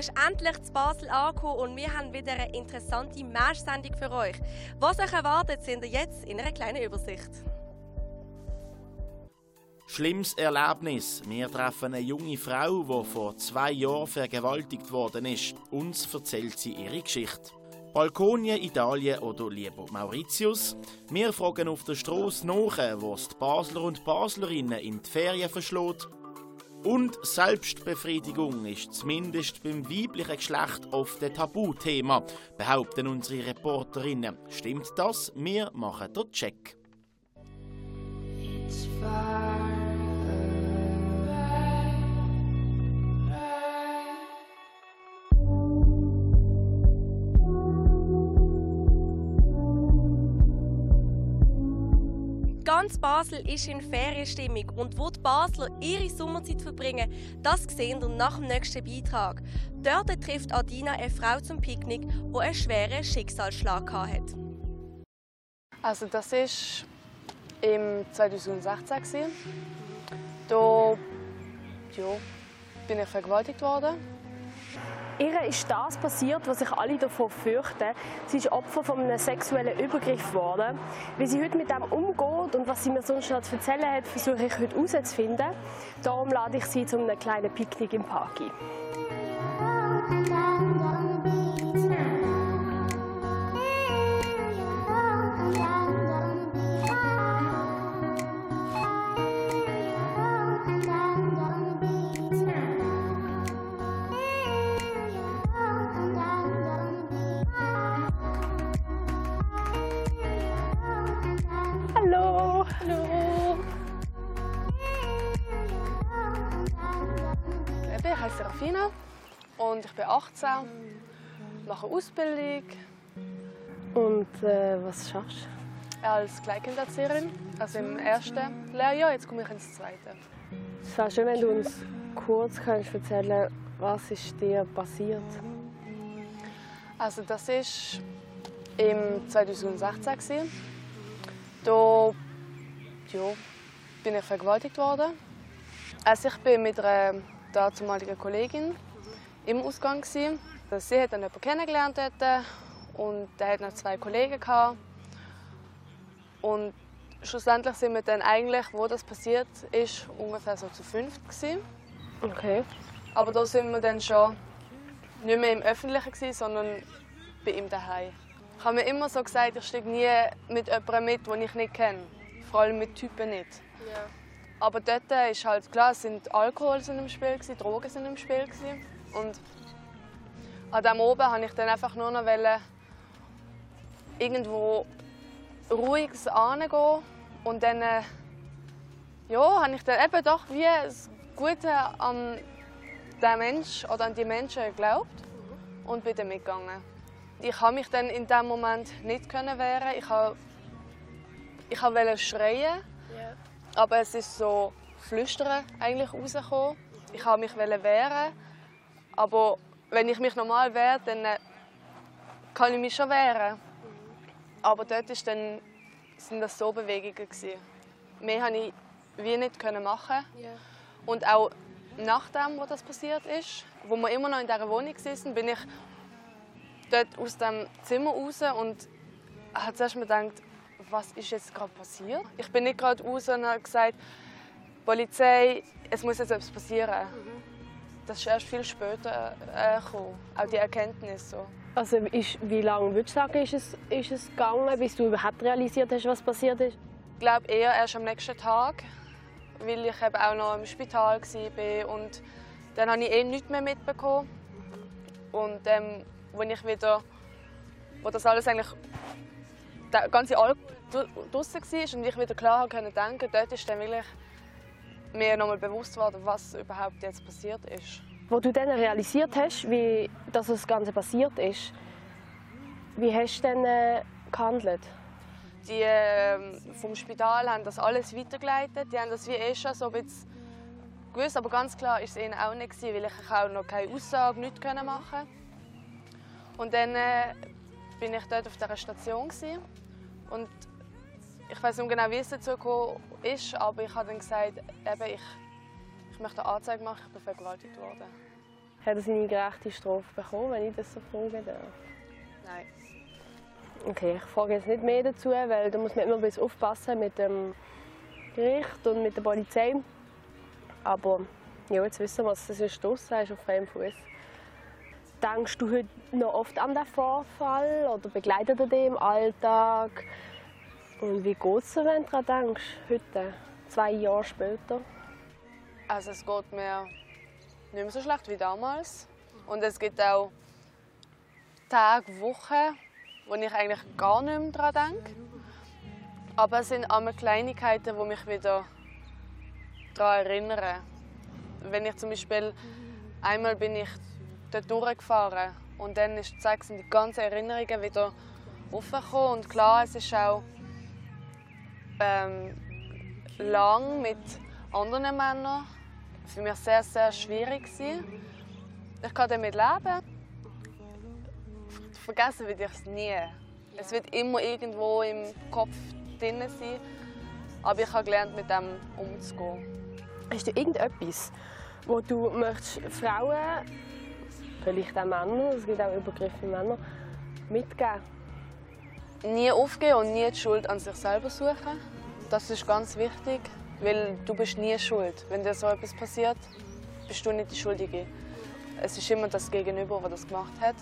ist endlich zu Basel angekommen und wir haben wieder eine interessante Marschsendung für euch. Was euch erwartet, seht ihr jetzt in einer kleinen Übersicht. Schlimmes Erlebnis. Wir treffen eine junge Frau, die vor 2 Jahren vergewaltigt worden ist. Uns erzählt sie ihre Geschichte. Balkonien, Italien oder lieber Mauritius? Wir fragen auf der Strasse nach, wo es die Basler und Baslerinnen in die Ferien verschlägt. Und Selbstbefriedigung ist zumindest beim weiblichen Geschlecht oft ein Tabuthema, behaupten unsere Reporterinnen. Stimmt das? Wir machen den Check. Ganz Basel ist in Ferienstimmung und wo die Basler ihre Sommerzeit verbringen, das sehen wir nach dem nächsten Beitrag. Dort trifft Adina eine Frau zum Picknick, die einen schweren Schicksalsschlag hatte. Also das war im 2016. Da bin ich vergewaltigt worden. Ihr ist das passiert, was sich alle davor fürchten. Sie ist Opfer von einem sexuellen Übergriff geworden. Wie sie heute mit dem umgeht und was sie mir sonst noch zu erzählen hat, versuche ich heute herauszufinden. Darum lade ich sie zu einem kleinen Picknick im Park ein. Hallo! Hallo! Ich heiße Serafina und ich bin 18, mache Ausbildung. Und was schaffst du? Als Kleinkinderzieherin, also im ersten Lehrjahr, jetzt komme ich ins zweite. Es wäre schön, wenn du uns kurz erzählen kannst, was ist dir passiert? Also das war im 2016. Da bin ich vergewaltigt worden. Also ich war mit einer damaligen Kollegin im Ausgang. Sie hat dann jemanden kennengelernt dort und der hatte noch 2 Kollegen gehabt. Und schlussendlich sind wir dann eigentlich, wo das passiert ist, ungefähr so zu 5 gewesen. Okay. Aber da sind wir dann schon nicht mehr im Öffentlichen, sondern bei ihm daheim. Ich habe mir immer so gesagt, ich steige nie mit jemandem mit, den ich nicht kenne. Vor allem mit Typen nicht. Ja. Aber dort ist halt klar, Alkohol im Spiel, Drogen sind im Spiel. Und an diesem Abend wollte ich dann einfach nur noch irgendwo ruhig hingehen. Und dann habe ich dann eben doch wie das Gute an den Menschen oder an die Menschen geglaubt und bin dann mitgegangen. Ich konnte mich dann in diesem Moment nicht wehren. Ich wollte schreien, aber es ist so flüstern eigentlich rausgekommen. Ich wollte mich wehren, aber wenn ich mich normal wehre, dann kann ich mich schon wehren. Aber dort sind das so Bewegungen. Mehr konnte ich wie nicht machen. Und auch nachdem, wo das passiert ist, wo wir immer noch in dieser Wohnung waren, bin ich dort aus dem Zimmer raus und habe zuerst mir gedacht, was ist jetzt gerade passiert? Ich bin nicht gerade raus und habe gesagt, Polizei, es muss jetzt etwas passieren. Das ist erst viel später gekommen, auch die Erkenntnis. So. Also wie lange würdest du sagen, ist es gegangen, bis du überhaupt realisiert hast, was passiert ist? Ich glaube eher erst am nächsten Tag, weil ich eben auch noch im Spital war. Und dann habe ich nichts mehr mitbekommen. Und wo das alles eigentlich, der ganze Alkohol draussen war und ich wieder klar denken konnte, dort ist dann wirklich mir nochmal bewusst geworden, was überhaupt jetzt passiert ist. Wo du dann realisiert hast, dass das Ganze passiert ist, wie hast du dann gehandelt? Die vom Spital haben das alles weitergeleitet. Die haben das wie schon so ein bisschen gewusst, aber ganz klar war es ihnen auch nicht, weil ich auch noch keine Aussage nicht machen konnte. Und dann bin ich dort auf dieser Station und ich weiß nicht genau, wie es dazu gekommen ist, aber ich habe dann gesagt, ich möchte eine Anzeige machen, ich bin vergewaltigt worden. Hat er seine gerechte Strafe bekommen, wenn ich das so fragen darf? Nein. Okay, ich frage jetzt nicht mehr dazu, weil da muss man immer ein bisschen aufpassen mit dem Gericht und mit der Polizei. Aber ja, jetzt wissen wir, was das ist draussen, ist auf freiem Fuß. Denkst du heute noch oft an den Vorfall oder begleitet er dich im Alltag? Und wie geht es dir, wenn du daran denkst, heute, 2 Jahre später? Also es geht mir nicht mehr so schlecht wie damals. Und es gibt auch Tage, Wochen, wo ich eigentlich gar nicht mehr daran denke. Aber es sind immer Kleinigkeiten, die mich wieder daran erinnern. Wenn ich zum Beispiel einmal bin ich dort durchgefahren und dann sind die ganzen Erinnerungen wieder aufgekommen. Und klar, es ist auch lang mit anderen Männern für mich sehr, sehr schwierig gewesen. Ich kann damit leben. Vergessen würde ich es nie. Es wird immer irgendwo im Kopf drin sein. Aber ich habe gelernt, mit dem umzugehen. Hast du irgendetwas, wo du möchtest Frauen, vielleicht auch Männer, es gibt auch übergriffige Männer, mitgeben? Nie aufgeben und nie die Schuld an sich selber suchen. Das ist ganz wichtig, weil du bist nie schuld. Wenn dir so etwas passiert, bist du nicht die Schuldige. Es ist immer das Gegenüber, das das gemacht hat.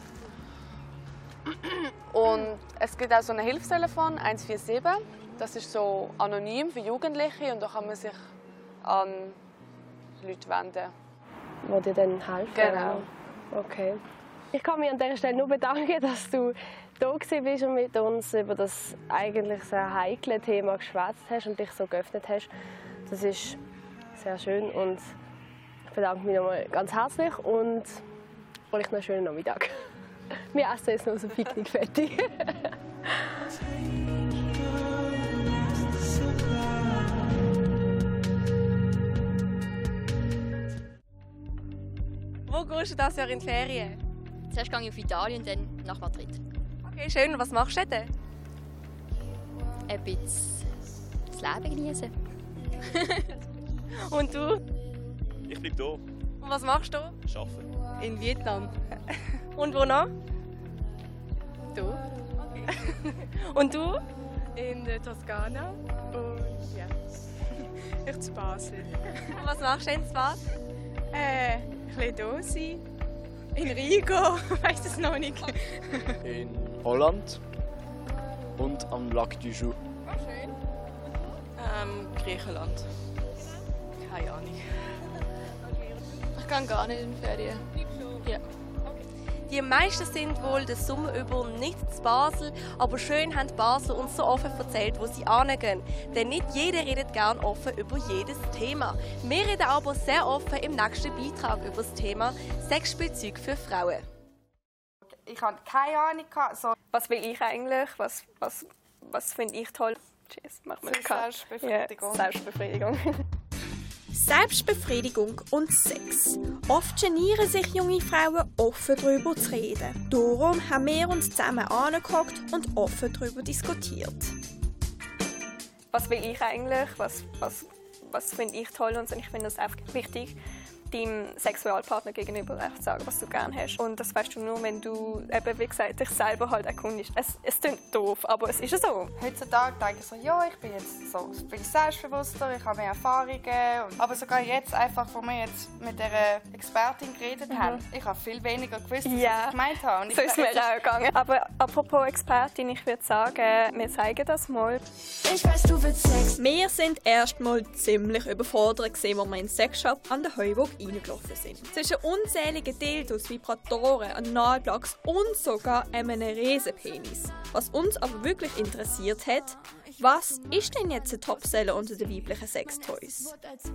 Und es gibt auch so ein Hilfstelefon 147. Das ist so anonym für Jugendliche und da kann man sich an Leute wenden. Die dir dann helfen? Genau. Okay. Ich kann mich an dieser Stelle nur bedanken, dass du da bist und mit uns über das eigentlich sehr heikle Thema geschwätzt hast und dich so geöffnet hast. Das ist sehr schön und ich bedanke mich nochmal ganz herzlich und euch noch einen schönen Nachmittag. Wir essen jetzt noch so Picknick fertig. Wo gehst du dieses Jahr in die Ferien? Zuerst gehe ich auf Italien, dann nach Madrid. Okay, schön. Und was machst du denn? Ein bisschen das Leben genießen. Und du? Ich bleibe hier. Und was machst du? Arbeiten. In Vietnam. Und wo noch? Du? Okay. Und du? In der Toskana. Und ja, ich zu Basel. Und was machst du in Basel? Ein bisschen da sein. In Rigo, ich weiss es noch nicht. In Holland und am Lac du Joux. Griechenland. Keine Ahnung. Ich gehe gar nicht in die Ferien. Ja. Die meisten sind wohl den Sommer über nicht zu Basel, aber schön haben die Basler uns so offen erzählt, wo sie hingehen. Denn nicht jeder redet gern offen über jedes Thema. Wir reden aber sehr offen im nächsten Beitrag über das Thema Sexspielzeug für Frauen. Ich hatte keine Ahnung. So. Was will ich eigentlich? Was finde ich toll? Tschüss, mach mal Selbstbefriedigung. Ja, Selbstbefriedigung. Selbstbefriedigung und Sex. Oft genieren sich junge Frauen, offen darüber zu reden. Darum haben wir uns zusammen angehockt und offen darüber diskutiert. Was will ich eigentlich? Was finde ich toll? Und ich finde es einfach wichtig, deinem Sexualpartner gegenüber zu sagen, was du gerne hast. Und das weißt du nur, wenn du, eben, wie gesagt, dich selber halt erkundest. Es klingt doof, aber es ist so. Heutzutage denke ich so, ja, ich bin jetzt so viel selbstbewusster, ich habe mehr Erfahrungen. Aber sogar jetzt, einfach, wo wir jetzt mit dieser Expertin geredet haben, ich habe viel weniger gewusst, als ich gemeint habe. Und so ist es mir auch gegangen. Aber apropos Expertin, ich würde sagen, wir zeigen das mal. Ich weiß, du willst Sex. Wir sind erstmal ziemlich überfordert, als wir in den Sexshop an der Heuburg reingelaufen sind. Zwischen unzähligen Dildos, Vibratoren, Analplugs und sogar einem Riesenpenis. Was uns aber wirklich interessiert hat, was ist denn jetzt ein Topseller unter den weiblichen Sextoys?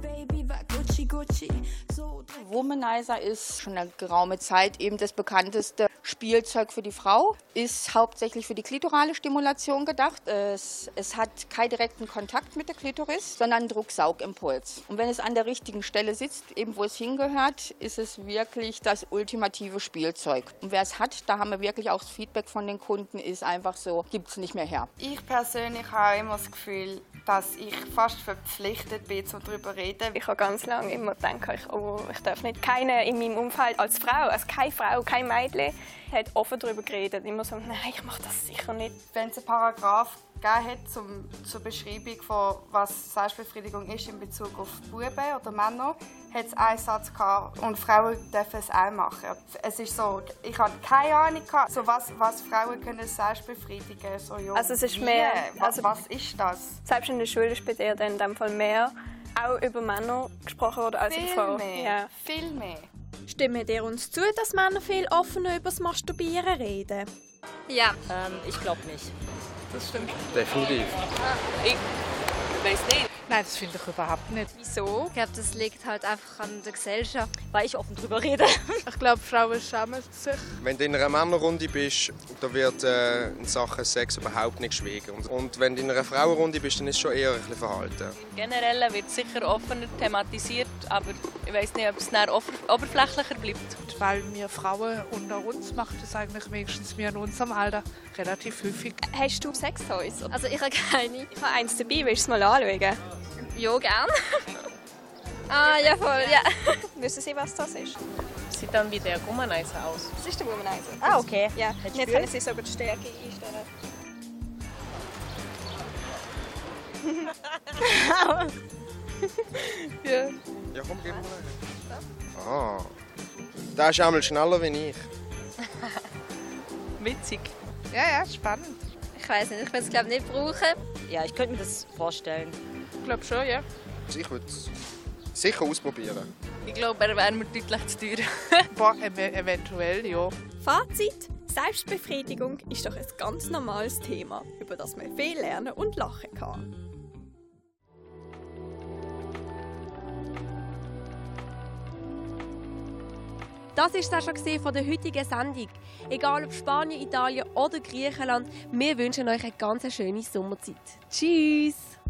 Womanizer ist schon eine geraume Zeit eben das bekannteste Spielzeug für die Frau. Ist hauptsächlich für die klitorale Stimulation gedacht. Es hat keinen direkten Kontakt mit der Klitoris, sondern einen Drucksaugimpuls. Und wenn es an der richtigen Stelle sitzt, eben wo es hingehört, ist es wirklich das ultimative Spielzeug. Und wer es hat, da haben wir wirklich auch das Feedback von den Kunden, ist einfach so, gibt es nicht mehr her. Ich persönlich habe immer das Gefühl, dass ich fast verpflichtet bin, darüber zu reden. Ich habe ganz lange immer gedacht, ich darf nicht. Keiner in meinem Umfeld als Frau, keine Frau, kein Mädchen, hat offen darüber geredet. Immer so, nein, ich mache das sicher nicht. Wenn es einen Paragraph gegeben hat zur Beschreibung von was Selbstbefriedigung ist in Bezug auf Buben oder Männer, hat es einen Satz gehabt, und Frauen dürfen es auch machen. Es ist so, ich hatte keine Ahnung, so was Frauen können selbst befriedigen. So, ja, also es ist mehr, was ist das? Selbst in der Schule ist bei dir dann in dem Fall mehr auch über Männer gesprochen worden als über Frauen. Viel mehr. Stimmen ihr uns zu, dass Männer viel offener über das Masturbieren reden? Ja. Ich glaube nicht. Das stimmt. Definitiv. Ich weiß nicht. Nein, das finde ich überhaupt nicht. Wieso? Ich glaube, das liegt halt einfach an der Gesellschaft, weil ich offen drüber rede. Ich glaube, Frauen schämen sich. Wenn du in einer Männerrunde bist, da wird in Sachen Sex überhaupt nicht geschwiegen. Und wenn du in einer Frauenrunde bist, dann ist es schon eher ein bisschen verhalten. Generell wird sicher offener thematisiert, aber ich weiß nicht, ob es dann oberflächlicher bleibt. Weil wir Frauen unter uns machen das eigentlich wenigstens wir in unserem Alter relativ häufig. Hast du Sextoys? Also ich habe keine. Ich habe eins dabei, willst du es mal anschauen? Ja, gern. Ja, voll, ja. Wissen Sie, was das ist? Sieht dann wie der Womanizer aus. Das ist der Womanizer. Ah, okay. Ja, jetzt können Sie sogar die Stärke einstellen. Ja. Ja, komm, gib mal. Ah. Der ist einmal schneller wie ich. Witzig. Ja, spannend. Ich weiß nicht, ich würde es glaube nicht brauchen. Ja, ich könnte mir das vorstellen. Ich glaube schon, ja. Ich würde es sicher ausprobieren. Ich glaube, er wäre mir deutlich zu teuer. Boah, eventuell, ja. Fazit: Selbstbefriedigung ist doch ein ganz normales Thema, über das man viel lernen und lachen kann. Das war es auch schon von der heutigen Sendung. Egal ob Spanien, Italien oder Griechenland, wir wünschen euch eine ganz schöne Sommerzeit. Tschüss!